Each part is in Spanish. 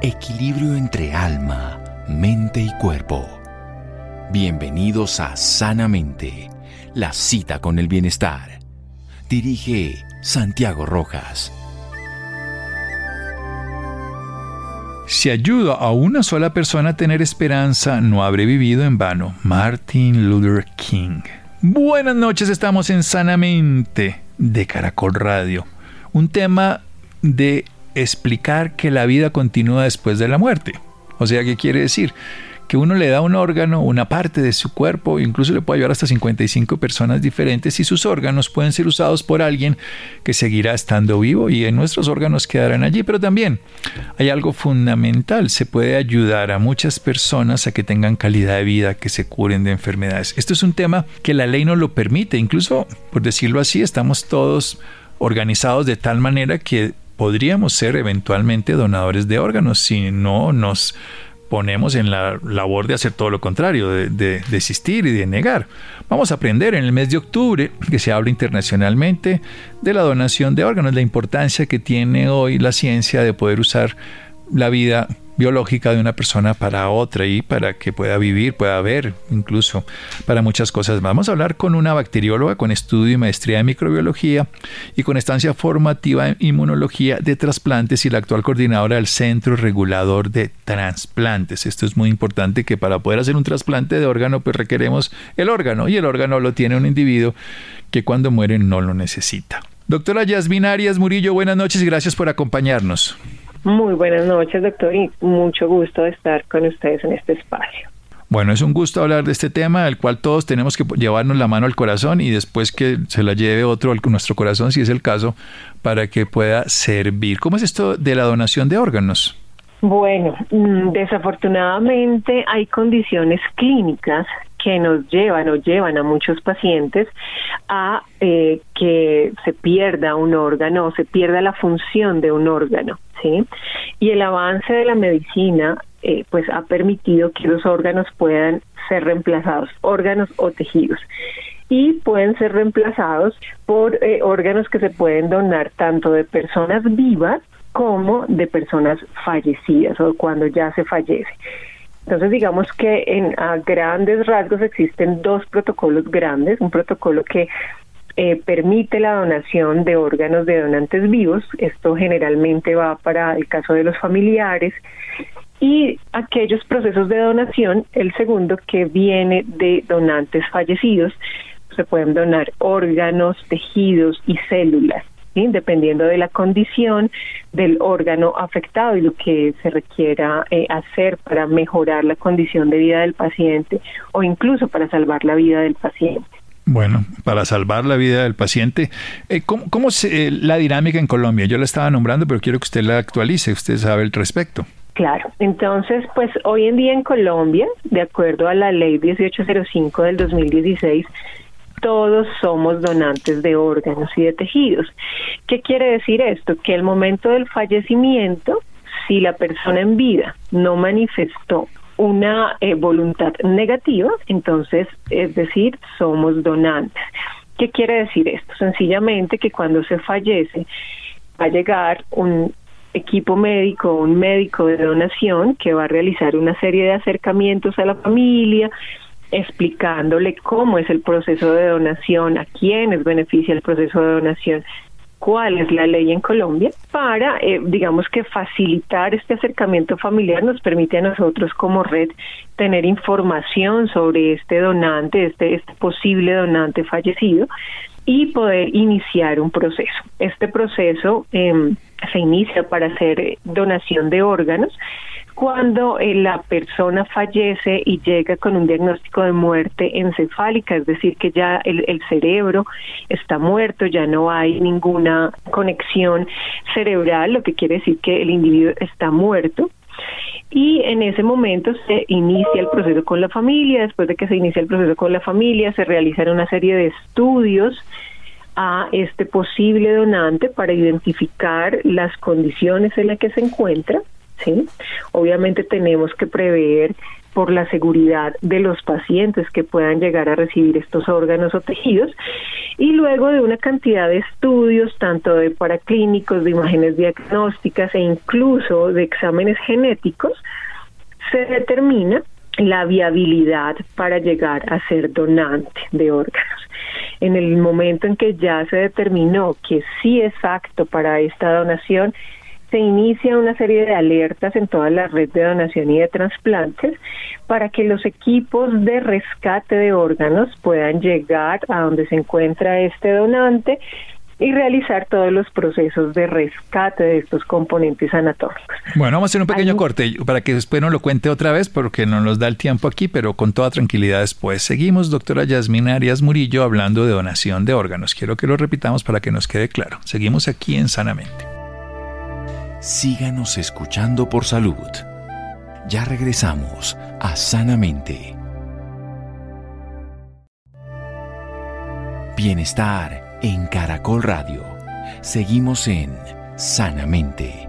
Equilibrio entre alma, mente y cuerpo. Bienvenidos a Sanamente, la cita con el bienestar. Dirige Santiago Rojas. Si ayudo a una sola persona a tener esperanza, no habré vivido en vano. Martin Luther King. Buenas noches, estamos en Sanamente de Caracol Radio. Un tema de explicar que la vida continúa después de la muerte. O sea, ¿qué quiere decir? Que uno le da un órgano, una parte de su cuerpo, incluso le puede ayudar hasta 55 personas diferentes y sus órganos pueden ser usados por alguien que seguirá estando vivo y nuestros órganos quedarán allí. Pero también hay algo fundamental, se puede ayudar a muchas personas a que tengan calidad de vida, que se curen de enfermedades. Esto es un tema que la ley no lo permite, incluso, por decirlo así, estamos todos organizados de tal manera que podríamos ser eventualmente donadores de órganos si no nos ponemos en la labor de hacer todo lo contrario, de desistir y de negar. Vamos a aprender en el mes de octubre, que se habla internacionalmente de la donación de órganos, la importancia que tiene hoy la ciencia de poder usar la vida biológica de una persona para otra y para que pueda vivir, pueda ver, incluso para muchas cosas más. Vamos a hablar con una bacterióloga con estudio y maestría en microbiología y con estancia formativa en inmunología de trasplantes y la actual coordinadora del Centro Regulador de Trasplantes. Esto es muy importante, que para poder hacer un trasplante de órgano pues requeremos el órgano, y el órgano lo tiene un individuo que cuando muere no lo necesita. Doctora Yasmín Arias Murillo, buenas noches y gracias por acompañarnos. Muy buenas noches, doctor, y mucho gusto de estar con ustedes en este espacio. Bueno, es un gusto hablar de este tema, del cual todos tenemos que llevarnos la mano al corazón y después que se la lleve otro a nuestro corazón, si es el caso, para que pueda servir. ¿Cómo es esto de la donación de órganos? Bueno, desafortunadamente hay condiciones clínicas que nos llevan a muchos pacientes a que se pierda un órgano o se pierda la función de un órgano, ¿sí? Y el avance de la medicina pues ha permitido que los órganos puedan ser reemplazados, órganos o tejidos, y pueden ser reemplazados por órganos que se pueden donar tanto de personas vivas como de personas fallecidas o cuando ya se fallece. Entonces, digamos que a grandes rasgos existen dos protocolos grandes, un protocolo que permite la donación de órganos de donantes vivos, esto generalmente va para el caso de los familiares, y aquellos procesos de donación, el segundo que viene de donantes fallecidos, se pueden donar órganos, tejidos y células, ¿sí? Dependiendo de la condición del órgano afectado y lo que se requiera hacer para mejorar la condición de vida del paciente o incluso para salvar la vida del paciente. Bueno, para salvar la vida del paciente. ¿Cómo es la dinámica en Colombia? Yo la estaba nombrando, pero quiero que usted la actualice, usted sabe al respecto. Claro, entonces pues hoy en día en Colombia, de acuerdo a la ley 1805 del 2016, todos somos donantes de órganos y de tejidos. ¿Qué quiere decir esto? Que al momento del fallecimiento, si la persona en vida no manifestó una voluntad negativa, entonces, es decir, somos donantes. ¿Qué quiere decir esto? Sencillamente que cuando se fallece, va a llegar un equipo médico, un médico de donación que va a realizar una serie de acercamientos a la familia, explicándole cómo es el proceso de donación, a quiénes beneficia el proceso de donación, cuál es la ley en Colombia, para, digamos que facilitar este acercamiento familiar nos permite a nosotros como red tener información sobre este donante, este posible donante fallecido, y poder iniciar un proceso. Este proceso se inicia para hacer donación de órganos cuando la persona fallece y llega con un diagnóstico de muerte encefálica, es decir, que ya el cerebro está muerto, ya no hay ninguna conexión cerebral, lo que quiere decir que el individuo está muerto. Y en ese momento se inicia el proceso con la familia. Después de que se inicia el proceso con la familia, se realizan una serie de estudios a este posible donante para identificar las condiciones en las que se encuentra, ¿sí? Obviamente tenemos que prever por la seguridad de los pacientes que puedan llegar a recibir estos órganos o tejidos, y luego de una cantidad de estudios, tanto de paraclínicos, de imágenes diagnósticas e incluso de exámenes genéticos, se determina la viabilidad para llegar a ser donante de órganos. En el momento en que ya se determinó que sí es apto para esta donación, se inicia una serie de alertas en toda la red de donación y de trasplantes para que los equipos de rescate de órganos puedan llegar a donde se encuentra este donante y realizar todos los procesos de rescate de estos componentes anatómicos. Bueno, vamos a hacer un pequeño corte para que después nos lo cuente otra vez porque no nos da el tiempo aquí, pero con toda tranquilidad después. Seguimos, doctora Yasmín Arias Murillo, hablando de donación de órganos. Quiero que lo repitamos para que nos quede claro. Seguimos aquí en Sanamente. Síganos escuchando por salud. Ya regresamos a Sanamente. Bienestar en Caracol Radio. Seguimos en Sanamente.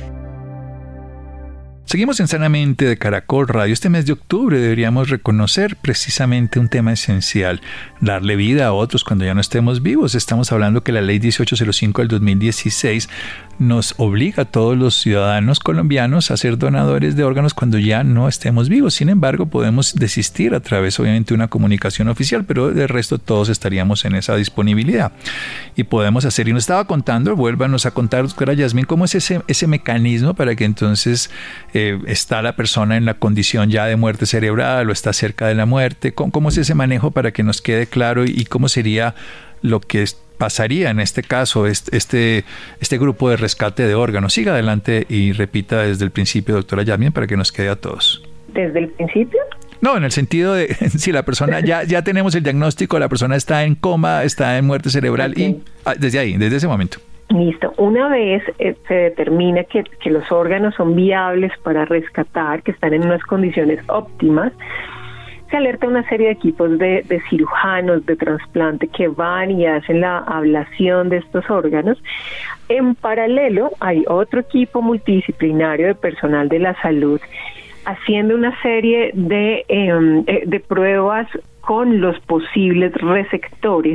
Seguimos en Sanamente de Caracol Radio. Este mes de octubre deberíamos reconocer precisamente un tema esencial, darle vida a otros cuando ya no estemos vivos. Estamos hablando que la Ley 1805 del 2016 nos obliga a todos los ciudadanos colombianos a ser donadores de órganos cuando ya no estemos vivos. Sin embargo, podemos desistir a través, obviamente, de una comunicación oficial, pero de resto todos estaríamos en esa disponibilidad. Y podemos hacer, y nos estaba contando, vuélvanos a contar, doctora Yasmín, cómo es ese mecanismo para que entonces está la persona en la condición ya de muerte cerebral o está cerca de la muerte. ¿Cómo es ese manejo para que nos quede claro y cómo sería lo que pasaría en este caso, este grupo de rescate de órganos? Siga adelante y repita desde el principio, doctora Yasmín, para que nos quede a todos. ¿Desde el principio? No, en el sentido de si la persona, ya tenemos el diagnóstico, la persona está en coma, está en muerte cerebral, okay. Y desde ese momento. Listo. Una vez se determina que los órganos son viables para rescatar, que están en unas condiciones óptimas, se alerta una serie de equipos de cirujanos de trasplante que van y hacen la ablación de estos órganos. En paralelo, hay otro equipo multidisciplinario de personal de la salud haciendo una serie de pruebas con los posibles receptores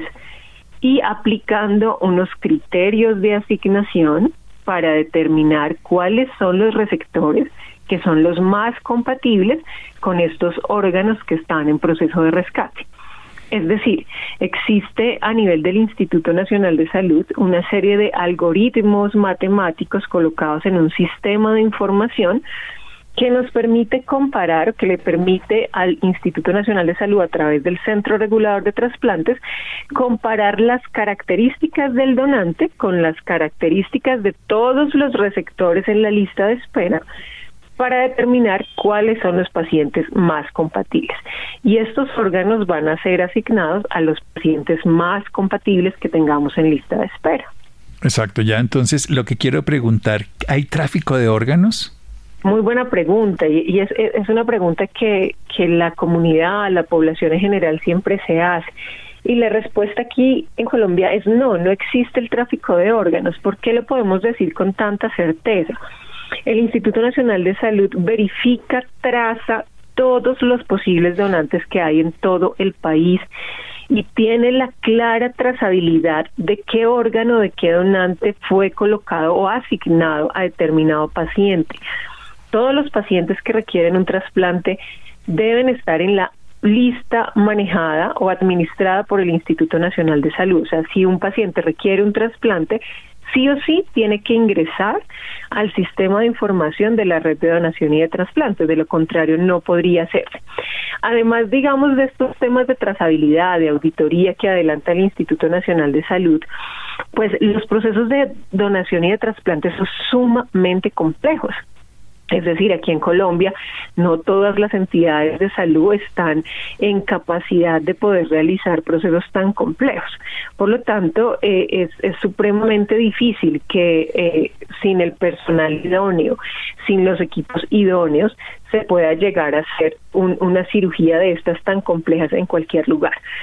y aplicando unos criterios de asignación para determinar cuáles son los receptores que son los más compatibles con estos órganos que están en proceso de rescate. Es decir, existe a nivel del Instituto Nacional de Salud una serie de algoritmos matemáticos colocados en un sistema de información que nos permite comparar, que le permite al Instituto Nacional de Salud a través del Centro Regulador de Trasplantes, comparar las características del donante con las características de todos los receptores en la lista de espera para determinar cuáles son los pacientes más compatibles. Y estos órganos van a ser asignados a los pacientes más compatibles que tengamos en lista de espera. Exacto, ya entonces lo que quiero preguntar, ¿hay tráfico de órganos? Muy buena pregunta, y es una pregunta que la comunidad, la población en general siempre se hace. Y la respuesta aquí en Colombia es no existe el tráfico de órganos. ¿Por qué lo podemos decir con tanta certeza? El Instituto Nacional de Salud verifica, traza todos los posibles donantes que hay en todo el país y tiene la clara trazabilidad de qué órgano, de qué donante fue colocado o asignado a determinado paciente. Todos los pacientes que requieren un trasplante deben estar en la lista manejada o administrada por el Instituto Nacional de Salud. O sea, si un paciente requiere un trasplante, sí o sí tiene que ingresar al sistema de información de la red de donación y de trasplantes, de lo contrario no podría hacerse. Además, digamos, de estos temas de trazabilidad, de auditoría que adelanta el Instituto Nacional de Salud, pues los procesos de donación y de trasplantes son sumamente complejos. Es decir, aquí en Colombia no todas las entidades de salud están en capacidad de poder realizar procesos tan complejos. Por lo tanto, es supremamente difícil que sin el personal idóneo, sin los equipos idóneos, se pueda llegar a hacer una cirugía de estas tan complejas en cualquier lugar.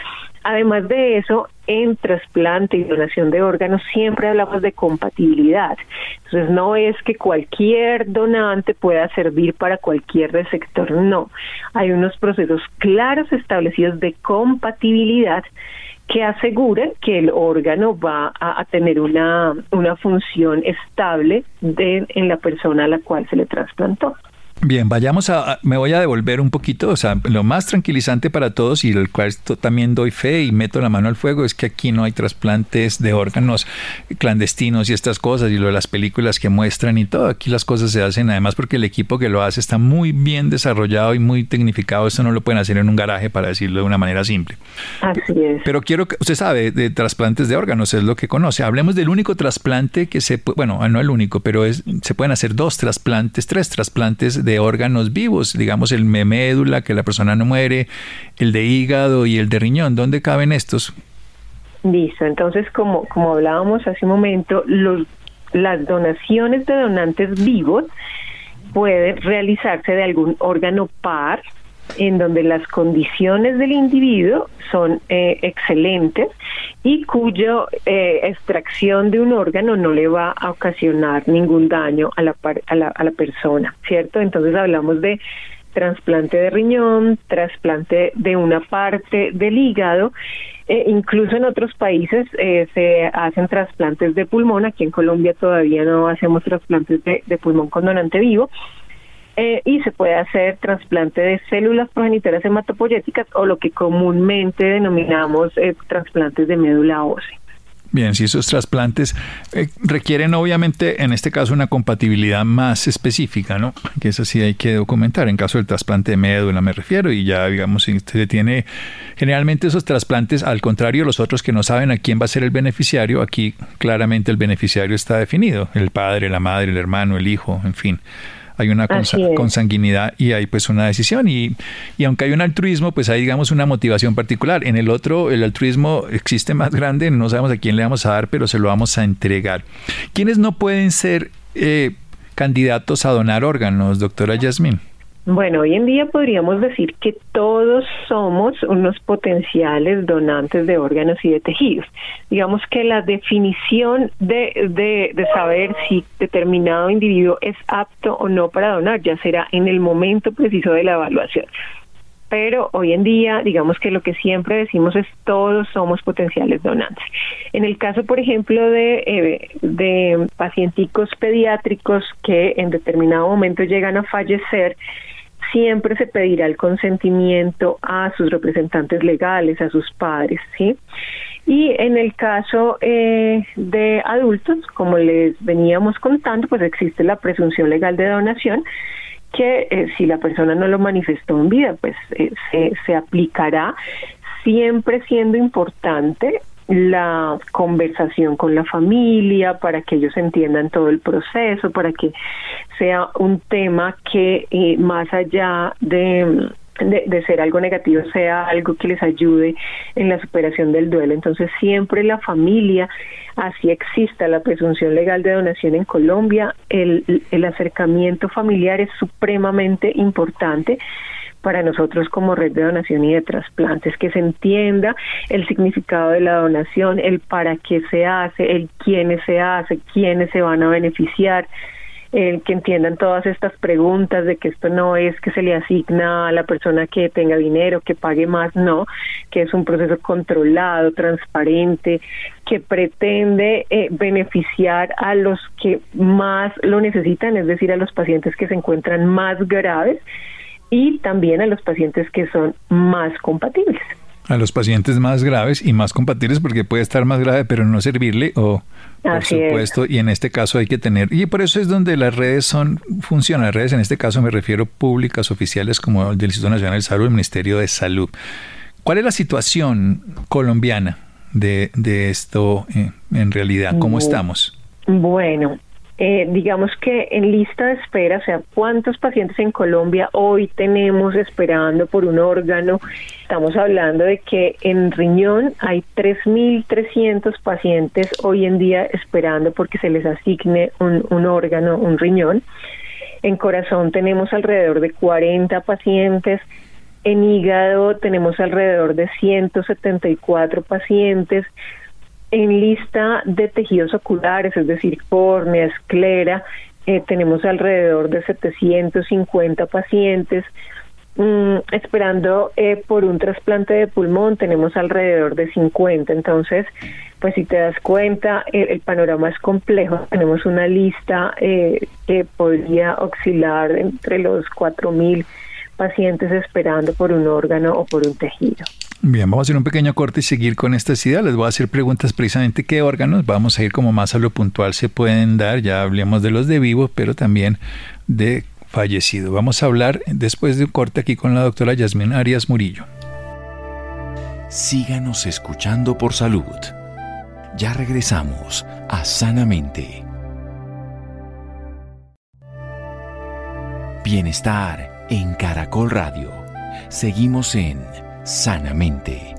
Además de eso, en trasplante y donación de órganos siempre hablamos de compatibilidad. Entonces no es que cualquier donante pueda servir para cualquier receptor, no. Hay unos procesos claros establecidos de compatibilidad que aseguran que el órgano va a tener una función estable en la persona a la cual se le trasplantó. Bien, me voy a devolver un poquito, o sea, lo más tranquilizante para todos y el cual también doy fe y meto la mano al fuego es que aquí no hay trasplantes de órganos clandestinos y estas cosas y lo de las películas que muestran y todo. Aquí las cosas se hacen además porque el equipo que lo hace está muy bien desarrollado y muy tecnificado. Esto no lo pueden hacer en un garaje, para decirlo de una manera simple. Así es. Pero quiero que usted sabe de trasplantes de órganos, es lo que conoce. Hablemos del único trasplante que bueno, no el único, pero se pueden hacer 3 trasplantes de órganos vivos, digamos el de médula, que la persona no muere, el de hígado y el de riñón. ¿Dónde caben estos? Listo, entonces como hablábamos hace un momento, las donaciones de donantes vivos pueden realizarse de algún órgano par en donde las condiciones del individuo son excelentes y cuya extracción de un órgano no le va a ocasionar ningún daño a la persona, ¿cierto? Entonces hablamos de trasplante de riñón, trasplante de una parte del hígado, incluso en otros países se hacen trasplantes de pulmón. Aquí en Colombia todavía no hacemos trasplantes de pulmón con donante vivo. Y se puede hacer trasplante de células progenitoras hematopoyéticas o lo que comúnmente denominamos trasplantes de médula ósea. Bien, si esos trasplantes requieren obviamente en este caso una compatibilidad más específica, ¿no? Que eso sí hay que documentar. En caso del trasplante de médula me refiero y ya digamos se tiene generalmente esos trasplantes, al contrario los otros que no saben a quién va a ser el beneficiario, aquí claramente el beneficiario está definido, el padre, la madre, el hermano, el hijo, en fin. Hay una consanguinidad y hay pues una decisión y aunque hay un altruismo, pues hay digamos una motivación particular. En el otro, el altruismo existe más grande, no sabemos a quién le vamos a dar, pero se lo vamos a entregar. ¿Quiénes no pueden ser candidatos a donar órganos, doctora Yasmín? Bueno, hoy en día podríamos decir que todos somos unos potenciales donantes de órganos y de tejidos. Digamos que la definición de saber si determinado individuo es apto o no para donar ya será en el momento preciso de la evaluación. Pero hoy en día, digamos que lo que siempre decimos es todos somos potenciales donantes. En el caso, por ejemplo, de pacienticos pediátricos que en determinado momento llegan a fallecer, siempre se pedirá el consentimiento a sus representantes legales, a sus padres, ¿sí? Y en el caso de adultos, como les veníamos contando, pues existe la presunción legal de donación, que si la persona no lo manifestó en vida, pues se aplicará, siempre siendo importante la conversación con la familia para que ellos entiendan todo el proceso, para que sea un tema que más allá de ser algo negativo, sea algo que les ayude en la superación del duelo. Entonces siempre la familia, así exista la presunción legal de donación en Colombia, el acercamiento familiar es supremamente importante para nosotros como red de donación y de trasplantes, que se entienda el significado de la donación, el para qué se hace, el quiénes se hace, quiénes se van a beneficiar, que entiendan todas estas preguntas de que esto no es que se le asigna a la persona que tenga dinero, que pague más, no, que es un proceso controlado, transparente, que pretende beneficiar a los que más lo necesitan, es decir, a los pacientes que se encuentran más graves, y también a los pacientes que son más compatibles. A los pacientes más graves y más compatibles, porque puede estar más grave pero no servirle, o por supuesto, y en este caso hay que tener, y por eso es donde las redes funcionan, las redes en este caso me refiero públicas, oficiales, como el del Instituto Nacional de Salud, el Ministerio de Salud. ¿Cuál es la situación colombiana de esto en realidad? ¿Cómo estamos? Bueno, digamos que en lista de espera, o sea, ¿cuántos pacientes en Colombia hoy tenemos esperando por un órgano? Estamos hablando de que en riñón hay 3.300 pacientes hoy en día esperando porque se les asigne un órgano, un riñón. En corazón tenemos alrededor de 40 pacientes. En hígado tenemos alrededor de 174 pacientes. En lista de tejidos oculares, es decir, córnea, esclera, tenemos alrededor de 750 pacientes. Esperando por un trasplante de pulmón tenemos alrededor de 50. Entonces, pues si te das cuenta, el panorama es complejo. Tenemos una lista que podría oscilar entre los 4.000 pacientes esperando por un órgano o por un tejido. Bien, vamos a hacer un pequeño corte y seguir con estas ideas. Les voy a hacer preguntas precisamente qué órganos. Vamos a ir como más a lo puntual se pueden dar. Ya hablemos de los de vivo, pero también de fallecido. Vamos a hablar después de un corte aquí con la doctora Yasmín Arias Murillo. Síganos escuchando por salud. Ya regresamos a Sanamente. Bienestar en Caracol Radio. Seguimos en Sanamente.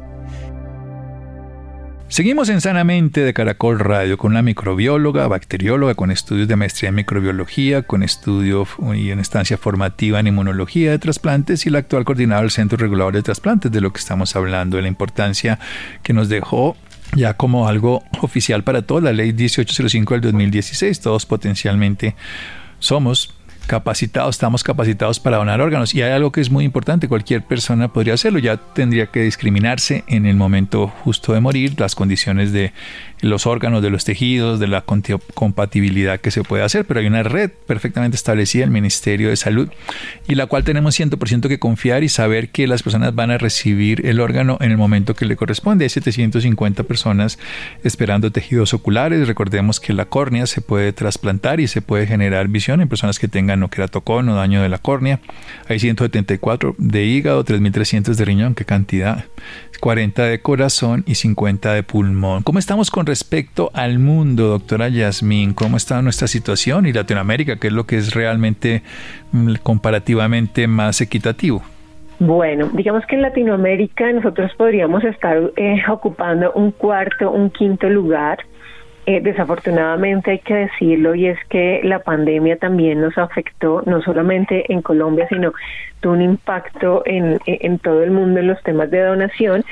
Seguimos en Sanamente de Caracol Radio con la microbióloga, bacterióloga, con estudios de maestría en microbiología, con estudio y una estancia formativa en inmunología de trasplantes y la actual coordinadora del Centro Regulador de Trasplantes, de lo que estamos hablando, de la importancia que nos dejó ya como algo oficial para todos la Ley 1805 del 2016. Todos potencialmente somos capacitados, estamos capacitados para donar órganos, y hay algo que es muy importante: cualquier persona podría hacerlo. Ya tendría que discriminarse en el momento justo de morir las condiciones de los órganos, de los tejidos, de la compatibilidad que se puede hacer, pero hay una red perfectamente establecida, el Ministerio de Salud, y la cual tenemos 100% que confiar y saber que las personas van a recibir el órgano en el momento que le corresponde. Hay 750 personas esperando tejidos oculares. Recordemos que la córnea se puede trasplantar y se puede generar visión en personas que tengan queratocón o daño de la córnea. Hay 174 de hígado, 3.300 de riñón, qué cantidad, 40 de corazón y 50 de pulmón. ¿Cómo estamos con respecto al mundo, doctora Yasmín? ¿Cómo está nuestra situación? Y Latinoamérica, ¿qué es lo que es realmente comparativamente más equitativo? Bueno, digamos que en Latinoamérica nosotros podríamos estar ocupando un cuarto, un quinto lugar. Desafortunadamente hay que decirlo, y es que la pandemia también nos afectó, no solamente en Colombia, sino tuvo un impacto en todo el mundo en los temas de donación.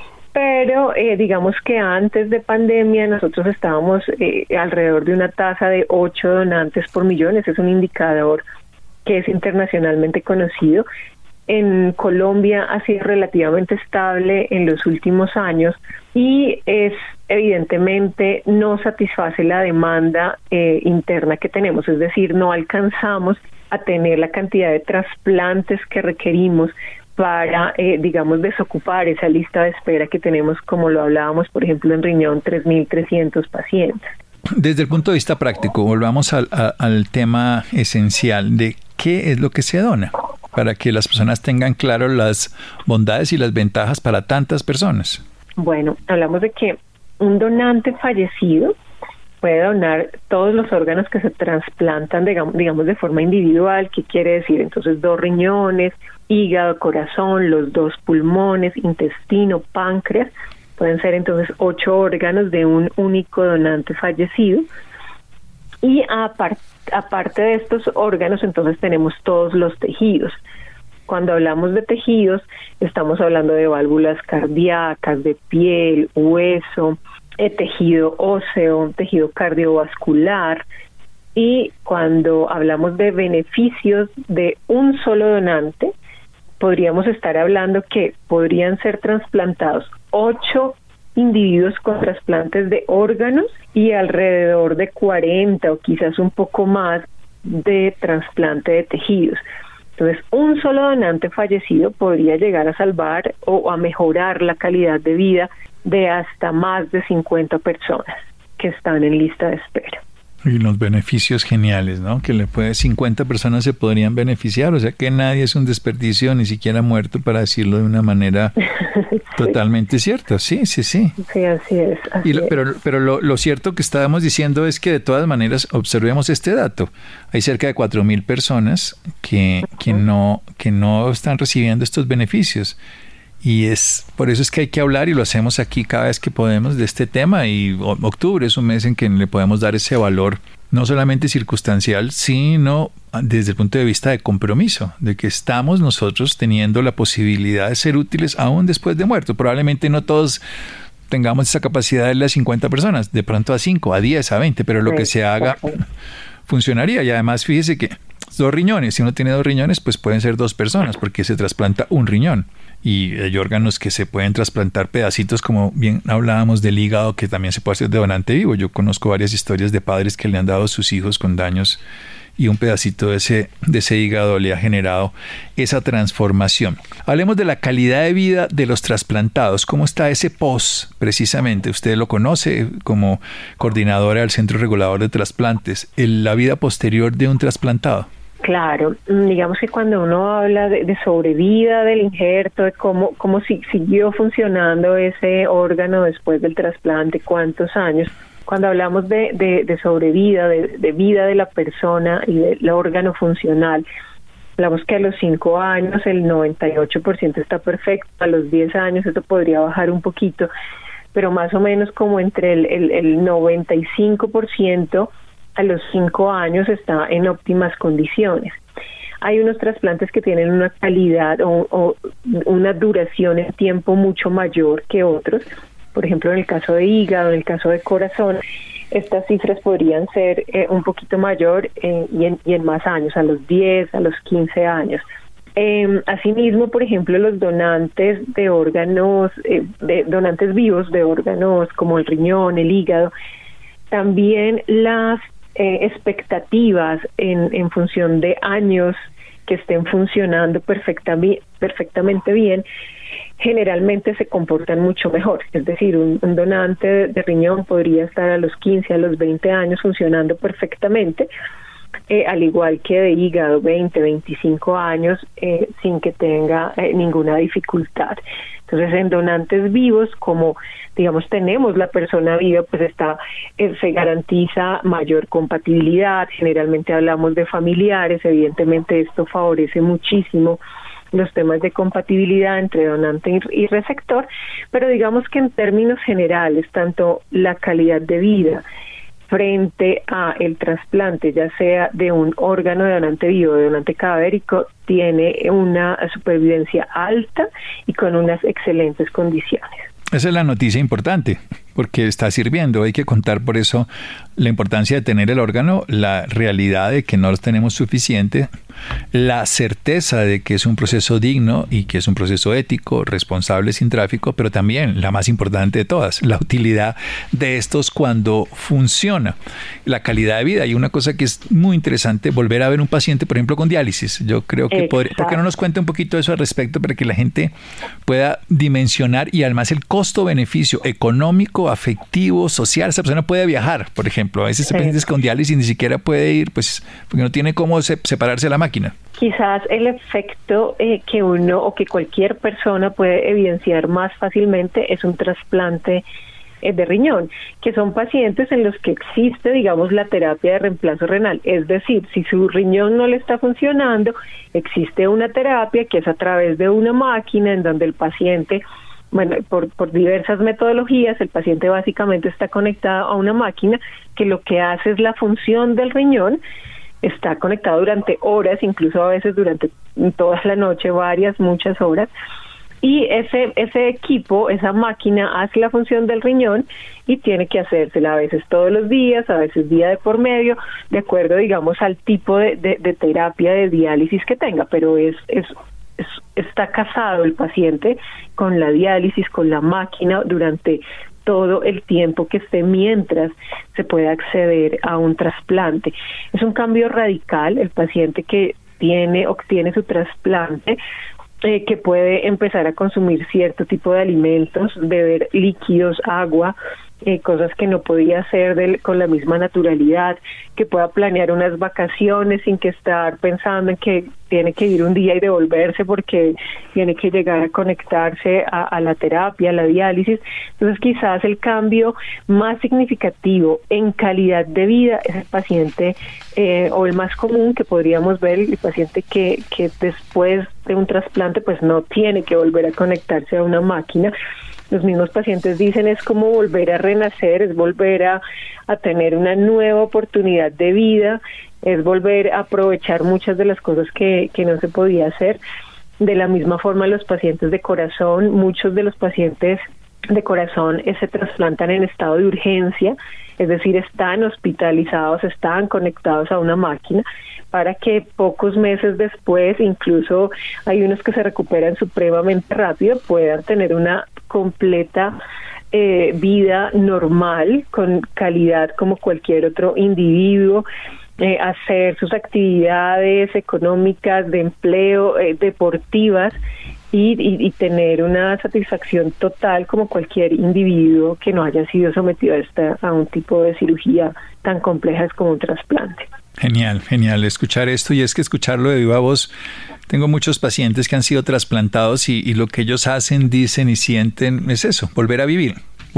Pero digamos que antes de pandemia nosotros estábamos alrededor de una tasa de 8 donantes por millón. Ese es un indicador que es internacionalmente conocido. En Colombia ha sido relativamente estable en los últimos años y es evidentemente no satisface la demanda interna que tenemos, es decir, no alcanzamos a tener la cantidad de trasplantes que requerimos para, digamos, desocupar esa lista de espera que tenemos, como lo hablábamos, por ejemplo, en riñón, 3.300 pacientes. Desde el punto de vista práctico, volvamos al tema esencial de qué es lo que se dona, para que las personas tengan claro las bondades y las ventajas para tantas personas. Bueno, hablamos de que un donante fallecido puede donar todos los órganos que se trasplantan, digamos de forma individual. ¿Qué quiere decir? Entonces, 2 riñones, hígado, corazón, los 2 pulmones, intestino, páncreas. Pueden ser entonces 8 órganos de un único donante fallecido. Y aparte de estos órganos, entonces tenemos todos los tejidos. Cuando hablamos de tejidos, estamos hablando de válvulas cardíacas, de piel, hueso, tejido óseo, tejido cardiovascular. Y cuando hablamos de beneficios de un solo donante, podríamos estar hablando que podrían ser trasplantados 8 individuos con trasplantes de órganos y alrededor de 40 o quizás un poco más de trasplante de tejidos. Entonces, un solo donante fallecido podría llegar a salvar o a mejorar la calidad de vida de hasta más de 50 personas que están en lista de espera. Y los beneficios geniales, ¿no? Que 50 personas se podrían beneficiar, o sea que nadie es un desperdicio, ni siquiera muerto, para decirlo de una manera sí. Totalmente cierta. Sí. Sí, así es. Pero lo cierto que estábamos diciendo es que de todas maneras observemos este dato. Hay cerca de 4.000 personas que no están recibiendo estos beneficios. Y por eso es que hay que hablar, y lo hacemos aquí cada vez que podemos, de este tema, y octubre es un mes en que le podemos dar ese valor no solamente circunstancial, sino desde el punto de vista de compromiso, de que estamos nosotros teniendo la posibilidad de ser útiles aún después de muerto. Probablemente no todos tengamos esa capacidad de darle a 50 personas, de pronto a 5, a 10, a 20, pero lo que se haga funcionaría. Y además, fíjese que 2 riñones, si uno tiene 2 riñones, pues pueden ser 2 personas, porque se trasplanta un riñón. Y hay órganos que se pueden trasplantar pedacitos, como bien hablábamos del hígado, que también se puede hacer de donante vivo. Yo conozco varias historias de padres que le han dado a sus hijos con daños y un pedacito de ese hígado le ha generado esa transformación. Hablemos de la calidad de vida de los trasplantados. ¿Cómo está ese post precisamente? Usted lo conoce como coordinadora del Centro Regulador de Trasplantes. La vida posterior de un trasplantado. Claro, digamos que cuando uno habla de sobrevida del injerto, de cómo siguió funcionando ese órgano después del trasplante, cuántos años, cuando hablamos de sobrevida, de vida de la persona y del órgano funcional, hablamos que a los 5 años el 98% está perfecto, a los 10 años esto podría bajar un poquito, pero más o menos como entre el 95% a los 5 años está en óptimas condiciones. Hay unos trasplantes que tienen una calidad o una duración en tiempo mucho mayor que otros. Por ejemplo, en el caso de hígado, en el caso de corazón, estas cifras podrían ser un poquito mayor y en más años, a los 10, a los 15 años. Asimismo, por ejemplo, los donantes de órganos, donantes vivos de órganos como el riñón, el hígado, también las expectativas en función de años que estén funcionando perfectamente bien, generalmente se comportan mucho mejor. Es decir, un donante de riñón podría estar a los 15, a los 20 años funcionando perfectamente, al igual que de hígado, 20, 25 años, sin que tenga ninguna dificultad. Entonces, en donantes vivos, como digamos tenemos la persona viva, pues se garantiza mayor compatibilidad. Generalmente hablamos de familiares, evidentemente esto favorece muchísimo los temas de compatibilidad entre donante y receptor, pero digamos que en términos generales, tanto la calidad de vida frente a el trasplante, ya sea de un órgano de donante vivo o de donante cadavérico, tiene una supervivencia alta y con unas excelentes condiciones. Esa es la noticia importante, porque está sirviendo. Hay que contar por eso la importancia de tener el órgano, la realidad de que no los tenemos suficiente, la certeza de que es un proceso digno y que es un proceso ético, responsable, sin tráfico, pero también la más importante de todas, la utilidad de estos cuando funciona. La calidad de vida. Y una cosa que es muy interesante, volver a ver un paciente, por ejemplo, con diálisis. Yo creo que ¿por qué no nos cuenta un poquito de eso al respecto para que la gente pueda dimensionar y además el costo-beneficio económico, afectivo, social? Esa persona puede viajar, por ejemplo. A veces hay pacientes con diálisis ni siquiera puede ir, pues, porque no tiene cómo separarse de la máquina. Quizás el efecto que uno o que cualquier persona puede evidenciar más fácilmente es un trasplante de riñón, que son pacientes en los que existe, digamos, la terapia de reemplazo renal. Es decir, si su riñón no le está funcionando, existe una terapia que es a través de una máquina en donde el paciente, bueno, por diversas metodologías, el paciente básicamente está conectado a una máquina que lo que hace es la función del riñón. Está conectado durante horas, incluso a veces durante toda la noche, muchas horas, y ese equipo, esa máquina hace la función del riñón y tiene que hacérsela a veces todos los días, a veces día de por medio, de acuerdo, digamos, al tipo de terapia de diálisis que tenga, pero está casado el paciente con la diálisis, con la máquina durante todo el tiempo que esté mientras se puede acceder a un trasplante. Es un cambio radical. El paciente que obtiene su trasplante, que puede empezar a consumir cierto tipo de alimentos, beber líquidos, agua, cosas que no podía hacer con la misma naturalidad, que pueda planear unas vacaciones sin que estar pensando en que tiene que ir un día y devolverse porque tiene que llegar a conectarse a la terapia, a la diálisis. Entonces quizás el cambio más significativo en calidad de vida es el paciente o el más común que podríamos ver, el paciente que después de un trasplante pues no tiene que volver a conectarse a una máquina, los mismos pacientes dicen, es como volver a renacer, es volver a tener una nueva oportunidad de vida, es volver a aprovechar muchas de las cosas que no se podía hacer. De la misma forma, los pacientes de corazón, muchos de los pacientes de corazón se trasplantan en estado de urgencia, es decir, están hospitalizados, están conectados a una máquina para que pocos meses después, incluso hay unos que se recuperan supremamente rápido, puedan tener una completa vida normal, con calidad como cualquier otro individuo, hacer sus actividades económicas, de empleo, deportivas, y tener una satisfacción total como cualquier individuo que no haya sido sometido a un tipo de cirugía tan compleja como un trasplante. Genial, genial escuchar esto, y es que escucharlo de viva voz. Tengo muchos pacientes que han sido trasplantados y lo que ellos hacen, dicen y sienten es eso, volver a vivir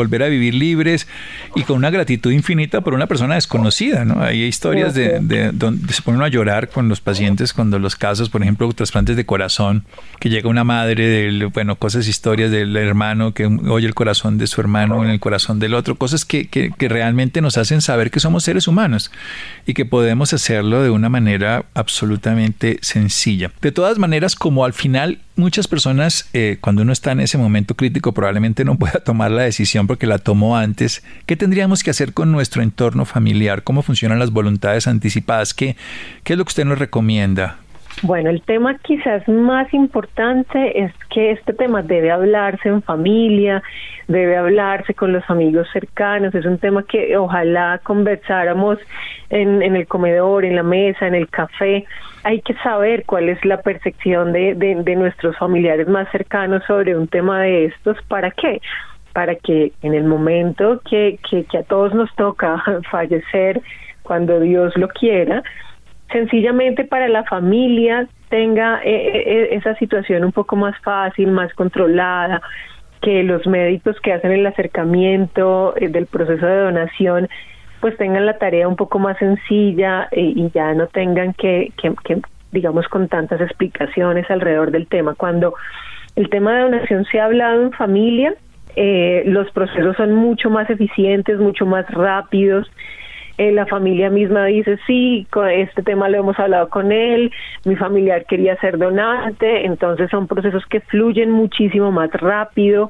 libres y con una gratitud infinita por una persona desconocida, ¿no? Hay historias de donde se ponen a llorar con los pacientes cuando los casos, por ejemplo, trasplantes de corazón, que llega una madre, historias del hermano que oye el corazón de su hermano en el corazón del otro, cosas que realmente nos hacen saber que somos seres humanos y que podemos hacerlo de una manera absolutamente sencilla. De todas maneras, como al final muchas personas, cuando uno está en ese momento crítico, probablemente no pueda tomar la decisión porque la tomó antes. ¿Qué tendríamos que hacer con nuestro entorno familiar? ¿Cómo funcionan las voluntades anticipadas? ¿Qué es lo que usted nos recomienda? Bueno, el tema quizás más importante es que este tema debe hablarse en familia, debe hablarse con los amigos cercanos. Es un tema que ojalá conversáramos en el comedor, en la mesa, en el café. Hay que saber cuál es la percepción de nuestros familiares más cercanos sobre un tema de estos. ¿Para qué? Para que en el momento que a todos nos toca fallecer, cuando Dios lo quiera, sencillamente para la familia tenga esa situación un poco más fácil, más controlada, que los médicos que hacen el acercamiento del proceso de donación pues tengan la tarea un poco más sencilla y ya no tengan que digamos, con tantas explicaciones alrededor del tema. Cuando el tema de donación se ha hablado en familia, los procesos son mucho más eficientes, mucho más rápidos. La familia misma dice, sí, con este tema lo hemos hablado con él, mi familiar quería ser donante, entonces son procesos que fluyen muchísimo más rápido.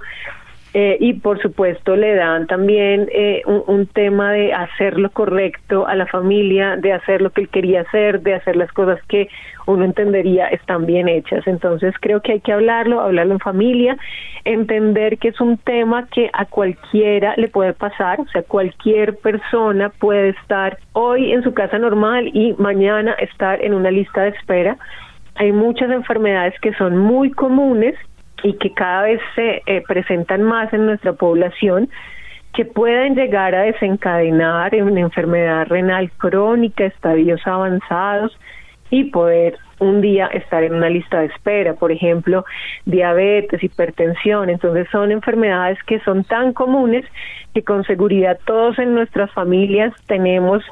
Y por supuesto le dan también un tema de hacer lo correcto a la familia, de hacer lo que él quería hacer, de hacer las cosas que uno entendería están bien hechas. Entonces creo que hay que hablarlo en familia, entender que es un tema que a cualquiera le puede pasar, o sea, cualquier persona puede estar hoy en su casa normal y mañana estar en una lista de espera. Hay muchas enfermedades que son muy comunes y que cada vez se presentan más en nuestra población, que pueden llegar a desencadenar una enfermedad renal crónica, estadios avanzados, y poder un día estar en una lista de espera, por ejemplo, diabetes, hipertensión. Entonces son enfermedades que son tan comunes que con seguridad todos en nuestras familias tenemos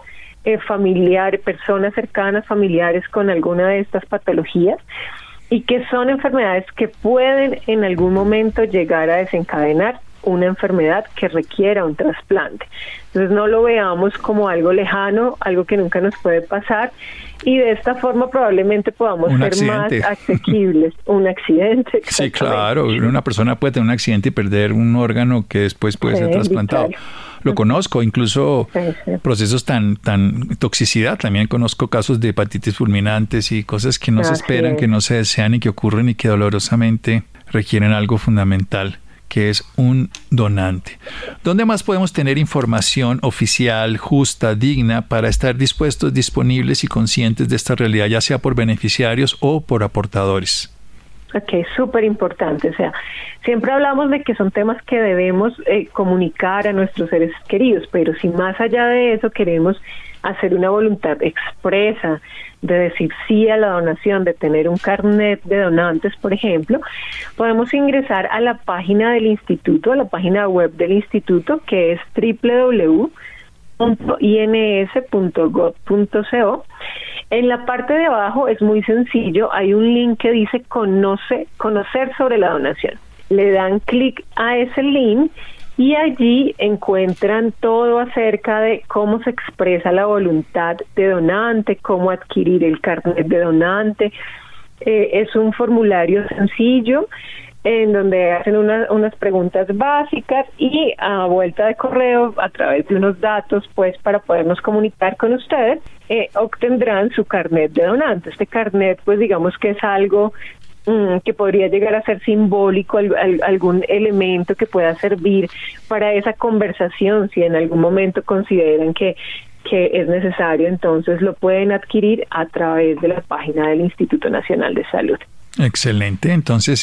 personas cercanas, familiares con alguna de estas patologías, y que son enfermedades que pueden en algún momento llegar a desencadenar una enfermedad que requiera un trasplante. Entonces no lo veamos como algo lejano, algo que nunca nos puede pasar, y de esta forma probablemente podamos ser más asequibles. Un accidente. Sí, claro, una persona puede tener un accidente y perder un órgano que después puede ser trasplantado. Vital. Lo conozco, incluso procesos tan toxicidad. También conozco casos de hepatitis fulminantes y cosas que no se esperan, que no se desean y que ocurren y que dolorosamente requieren algo fundamental, que es un donante. ¿Dónde más podemos tener información oficial, justa, digna, para estar dispuestos, disponibles y conscientes de esta realidad, ya sea por beneficiarios o por aportadores? Ok, súper importante. O sea, siempre hablamos de que son temas que debemos comunicar a nuestros seres queridos, pero si más allá de eso queremos hacer una voluntad expresa de decir sí a la donación, de tener un carnet de donantes, por ejemplo, podemos ingresar a la página del instituto, a la página web del instituto, que es www.ins.gov.co. En la parte de abajo es muy sencillo, hay un link que dice conocer sobre la donación. le dan clic a ese link y allí encuentran todo acerca de cómo se expresa la voluntad de donante, cómo adquirir el carnet de donante. Es un formulario sencillo en donde hacen unas preguntas básicas y a vuelta de correo, a través de unos datos, pues para podernos comunicar con ustedes, obtendrán su carnet de donante. Este carnet, pues digamos que es algo que podría llegar a ser simbólico, algún elemento que pueda servir para esa conversación, si en algún momento consideran que es necesario, entonces lo pueden adquirir a través de la página del Instituto Nacional de Salud. Excelente, entonces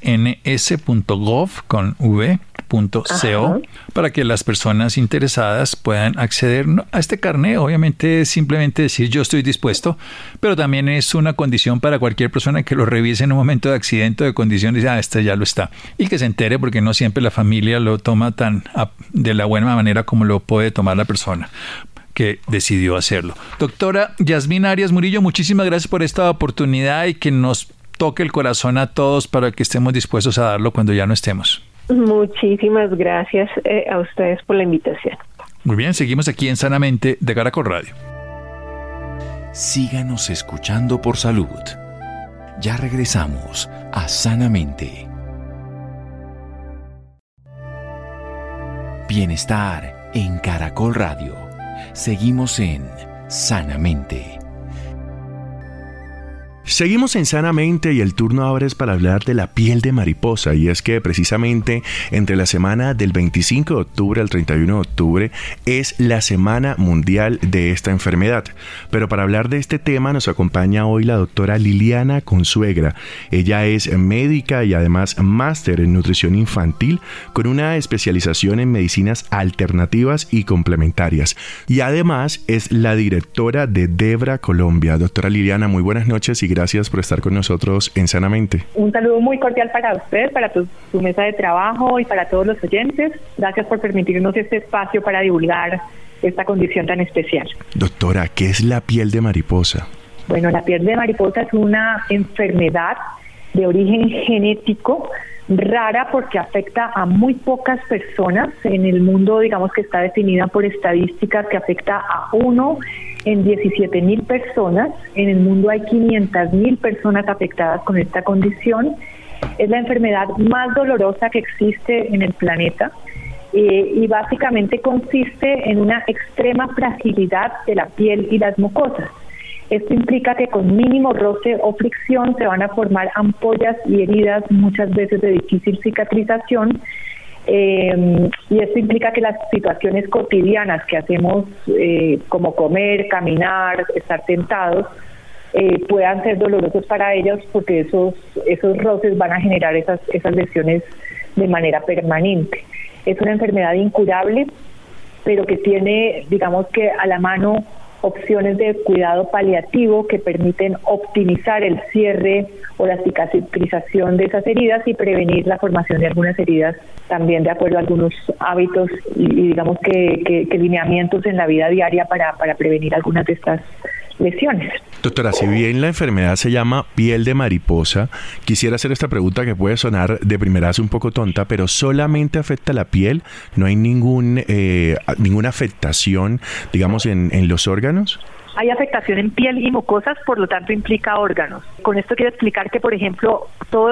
ins.gov.co para que las personas interesadas puedan acceder a este carnet. Obviamente es simplemente decir yo estoy dispuesto, pero también es una condición para cualquier persona que lo revise en un momento de accidente o de condición y dice, este ya lo está, y que se entere, porque no siempre la familia lo toma tan de la buena manera como lo puede tomar la persona que decidió hacerlo. Doctora Yasmín Arias Murillo, muchísimas gracias por esta oportunidad y que nos toque el corazón a todos para que estemos dispuestos a darlo cuando ya no estemos. Muchísimas gracias a ustedes por la invitación. Muy bien, seguimos aquí en Sanamente de Caracol Radio. Síganos escuchando por salud. Ya regresamos a Sanamente. Bienestar en Caracol Radio. Seguimos en Sanamente. Seguimos en Sanamente y el turno ahora es para hablar de la piel de mariposa, y es que precisamente entre la semana del 25 de octubre al 31 de octubre es la Semana Mundial de esta enfermedad. Pero para hablar de este tema nos acompaña hoy la doctora Liliana Consuegra. Ella es médica y además máster en nutrición infantil con una especialización en medicinas alternativas y complementarias. Y además es la directora de Debra Colombia. Doctora Liliana, muy buenas noches y gracias por estar con nosotros en Sanamente. Un saludo muy cordial para usted, para tu mesa de trabajo y para todos los oyentes. Gracias por permitirnos este espacio para divulgar esta condición tan especial. Doctora, ¿qué es la piel de mariposa? Bueno, la piel de mariposa es una enfermedad de origen genético rara porque afecta a muy pocas personas. En el mundo, digamos que está definida por estadísticas que afecta a 1 en 17,000 personas. En el mundo hay 500,000 personas afectadas con esta condición. Es la enfermedad más dolorosa que existe en el planeta y básicamente consiste en una extrema fragilidad de la piel y las mucosas. Esto implica que con mínimo roce o fricción se van a formar ampollas y heridas, muchas veces de difícil cicatrización, y esto implica que las situaciones cotidianas que hacemos, como comer, caminar, estar sentados, puedan ser dolorosos para ellos, porque esos roces van a generar esas lesiones de manera permanente. Es una enfermedad incurable, pero que tiene, digamos que a la mano, opciones de cuidado paliativo que permiten optimizar el cierre o la cicatrización de esas heridas y prevenir la formación de algunas heridas, también de acuerdo a algunos hábitos y digamos que lineamientos en la vida diaria para prevenir algunas de estas lesiones. Doctora, si bien la enfermedad se llama piel de mariposa, quisiera hacer esta pregunta que puede sonar de primerazo un poco tonta, pero ¿solamente afecta la piel? ¿No hay ninguna afectación, digamos, en los órganos? Hay afectación en piel y mucosas, por lo tanto implica órganos. Con esto quiero explicar que, por ejemplo,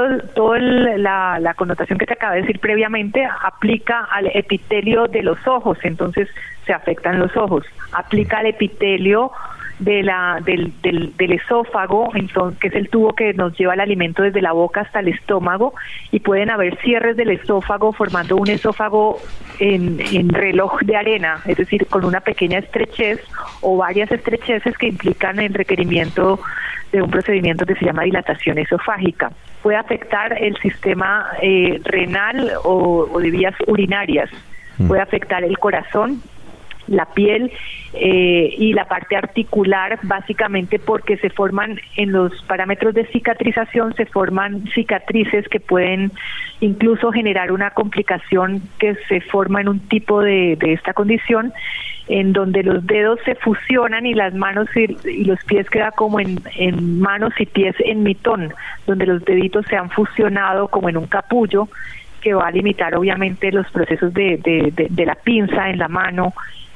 la connotación que te acabo de decir previamente aplica al epitelio de los ojos, entonces se afectan los ojos. Aplica al epitelio del esófago, entonces, que es el tubo que nos lleva el alimento desde la boca hasta el estómago, y pueden haber cierres del esófago formando un esófago en reloj de arena, es decir, con una pequeña estrechez o varias estrecheces que implican el requerimiento de un procedimiento que se llama dilatación esofágica. Puede afectar el sistema renal o de vías urinarias, puede afectar el corazón, la piel y la parte articular, básicamente porque se forman en los parámetros de cicatrización, se forman cicatrices que pueden incluso generar una complicación que se forma en un tipo de esta condición, en donde los dedos se fusionan y las manos y los pies quedan como en manos y pies en mitón, donde los deditos se han fusionado como en un capullo, que va a limitar obviamente los procesos de la pinza en la mano,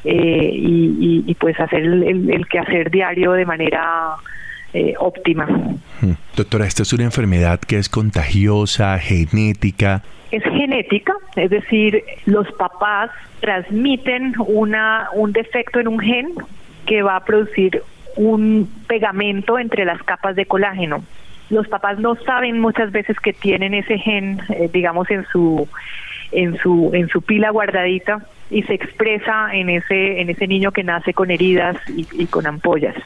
y pues hacer el quehacer diario de manera óptima. Doctora, ¿esta es una enfermedad que es contagiosa, genética? Es genética, es decir, los papás transmiten un defecto en un gen que va a producir un pegamento entre las capas de colágeno. Los papás no saben muchas veces que tienen ese gen, digamos, en su pila guardadita, y se expresa en ese niño que nace con heridas y con ampollas.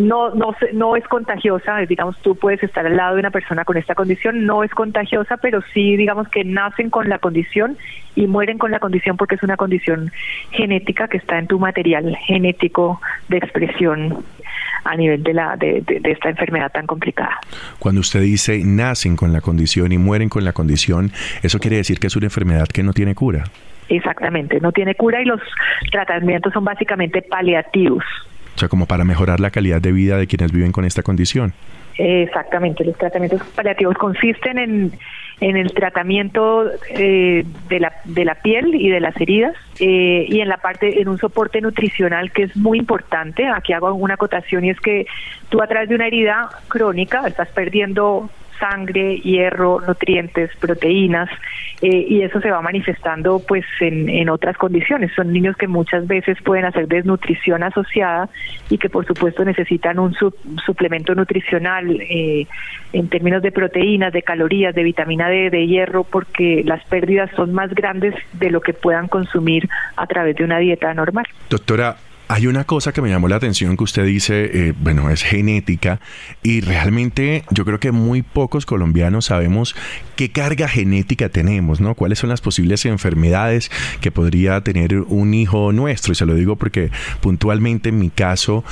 No es contagiosa, digamos, tú puedes estar al lado de una persona con esta condición, no es contagiosa, pero sí, digamos, que nacen con la condición y mueren con la condición porque es una condición genética que está en tu material genético de expresión a nivel de esta enfermedad tan complicada. Cuando usted dice nacen con la condición y mueren con la condición, ¿eso quiere decir que es una enfermedad que no tiene cura? Exactamente, no tiene cura, y los tratamientos son básicamente paliativos. O sea, como para mejorar la calidad de vida de quienes viven con esta condición. Exactamente, los tratamientos paliativos consisten en el tratamiento de la piel y de las heridas, y en un soporte nutricional que es muy importante. Aquí hago una acotación, y es que tú, a través de una herida crónica, estás perdiendo sangre, hierro, nutrientes, proteínas, y eso se va manifestando pues en otras condiciones. Son niños que muchas veces pueden hacer desnutrición asociada y que por supuesto necesitan un suplemento nutricional en términos de proteínas, de calorías, de vitamina D, de hierro, porque las pérdidas son más grandes de lo que puedan consumir a través de una dieta normal. Doctora, hay una cosa que me llamó la atención que usted dice, es genética, y realmente yo creo que muy pocos colombianos sabemos qué carga genética tenemos, ¿no? ¿Cuáles son las posibles enfermedades que podría tener un hijo nuestro? Y se lo digo porque puntualmente en mi caso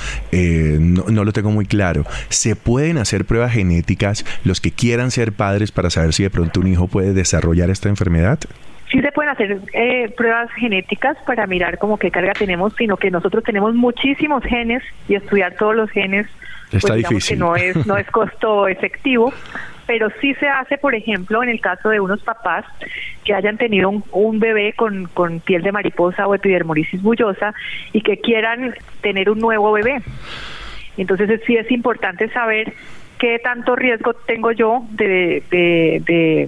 no lo tengo muy claro. ¿Se pueden hacer pruebas genéticas los que quieran ser padres para saber si de pronto un hijo puede desarrollar esta enfermedad? Sí se pueden hacer pruebas genéticas para mirar como qué carga tenemos, sino que nosotros tenemos muchísimos genes, y estudiar todos los genes está difícil. Que no es costo efectivo, pero sí se hace, por ejemplo, en el caso de unos papás que hayan tenido un bebé con piel de mariposa o epidermolisis bullosa y que quieran tener un nuevo bebé. Entonces sí es importante saber qué tanto riesgo tengo yo de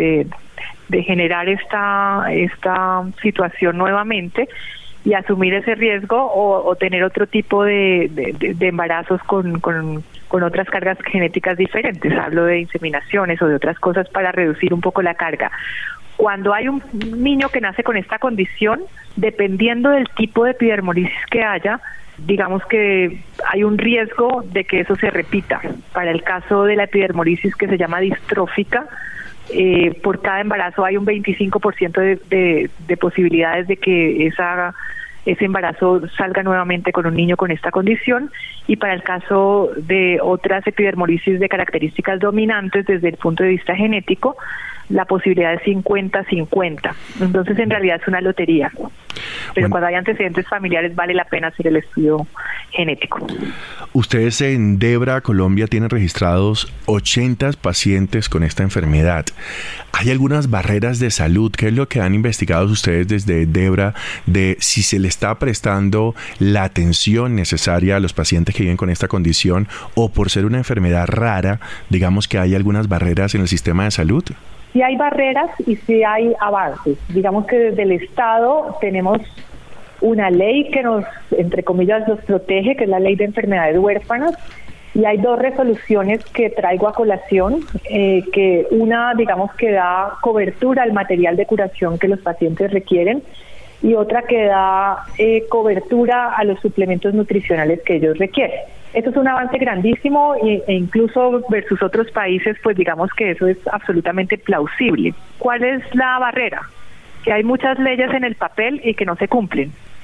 generar esta situación nuevamente, y asumir ese riesgo, o tener otro tipo de embarazos con otras cargas genéticas diferentes. Hablo de inseminaciones o de otras cosas para reducir un poco la carga. Cuando hay un niño que nace con esta condición, dependiendo del tipo de epidermolisis que haya, digamos que hay un riesgo de que eso se repita. Para el caso de la epidermolisis, que se llama distrófica, por cada embarazo hay un 25% de posibilidades de que ese embarazo salga nuevamente con un niño con esta condición, y para el caso de otras epidermolisis de características dominantes desde el punto de vista genético, la posibilidad es 50-50. Entonces, en realidad es una lotería. Pero cuando hay antecedentes familiares vale la pena hacer el estudio genético. Ustedes en Debra, Colombia, tienen registrados 80 pacientes con esta enfermedad. ¿Hay algunas barreras de salud? ¿Qué es lo que han investigado ustedes desde Debra de si se le está prestando la atención necesaria a los pacientes que viven con esta condición, o por ser una enfermedad rara, digamos que hay algunas barreras en el sistema de salud? Sí hay barreras y sí hay avances. Digamos que desde el Estado tenemos una ley que nos, entre comillas, nos protege, que es la Ley de Enfermedades Huérfanas, y hay dos resoluciones que traigo a colación, que una, digamos, que da cobertura al material de curación que los pacientes requieren, y otra que da cobertura a los suplementos nutricionales que ellos requieren. Eso es un avance grandísimo, e incluso versus otros países, pues digamos que eso es absolutamente plausible. ¿Cuál es la barrera? Que hay muchas leyes en el papel y que no se cumplen.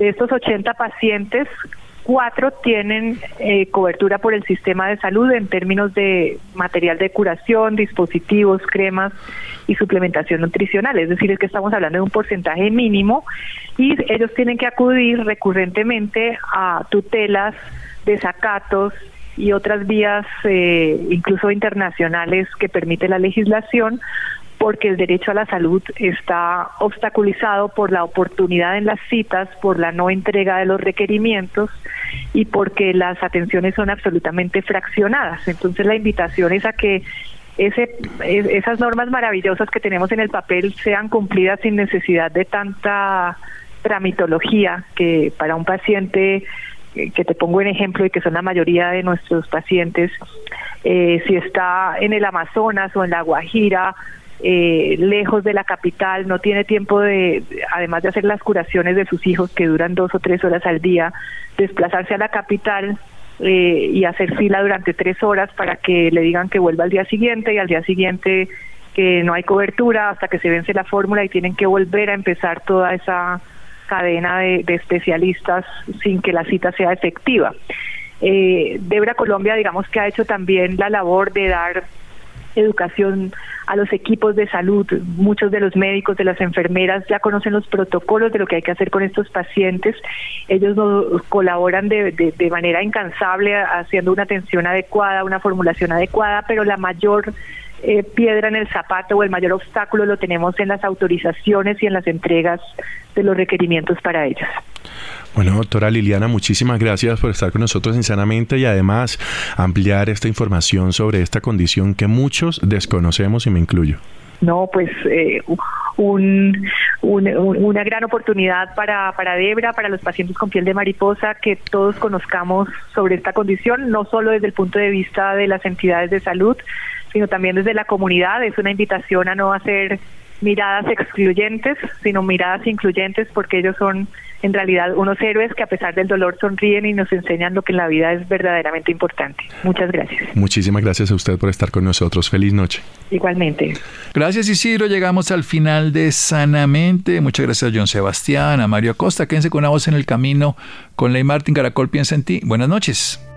De estos 80 pacientes, 4 tienen cobertura por el sistema de salud en términos de material de curación, dispositivos, cremas y suplementación nutricional. Es decir, es que estamos hablando de un porcentaje mínimo y ellos tienen que acudir recurrentemente a tutelas, desacatos y otras vías, incluso internacionales, que permite la legislación, porque el derecho a la salud está obstaculizado por la oportunidad en las citas, por la no entrega de los requerimientos y porque las atenciones son absolutamente fraccionadas. Entonces la invitación es a que esas normas maravillosas que tenemos en el papel sean cumplidas sin necesidad de tanta tramitología, que para un paciente, que te pongo en ejemplo y que son la mayoría de nuestros pacientes, si está en el Amazonas o en la Guajira, lejos de la capital, no tiene tiempo de, además de hacer las curaciones de sus hijos que duran 2 o 3 horas al día, desplazarse a la capital y hacer fila durante 3 horas para que le digan que vuelva al día siguiente, y al día siguiente que no hay cobertura hasta que se vence la fórmula y tienen que volver a empezar toda esa cadena de especialistas sin que la cita sea efectiva. Debra Colombia, digamos que ha hecho también la labor de dar educación a los equipos de salud. Muchos de los médicos, de las enfermeras ya conocen los protocolos de lo que hay que hacer con estos pacientes. Ellos nos colaboran de manera incansable haciendo una atención adecuada, una formulación adecuada, pero la mayor piedra en el zapato o el mayor obstáculo lo tenemos en las autorizaciones y en las entregas de los requerimientos para ellos. Bueno, doctora Liliana, muchísimas gracias por estar con nosotros en Sanamente y además ampliar esta información sobre esta condición que muchos desconocemos y me incluyo. No, pues una gran oportunidad para Debra, para los pacientes con piel de mariposa, que todos conozcamos sobre esta condición, no solo desde el punto de vista de las entidades de salud, sino también desde la comunidad. Es una invitación a no hacer miradas excluyentes, sino miradas incluyentes, porque ellos son en realidad unos héroes que a pesar del dolor sonríen y nos enseñan lo que en la vida es verdaderamente importante. Muchas gracias. Muchísimas gracias a usted por estar con nosotros. Feliz noche. Igualmente. Gracias, Isidro. Llegamos al final de Sanamente. Muchas gracias a John Sebastián, a Mario Acosta. Quédense con una voz en el camino con Ley Martin. Caracol piensa en ti. Buenas noches.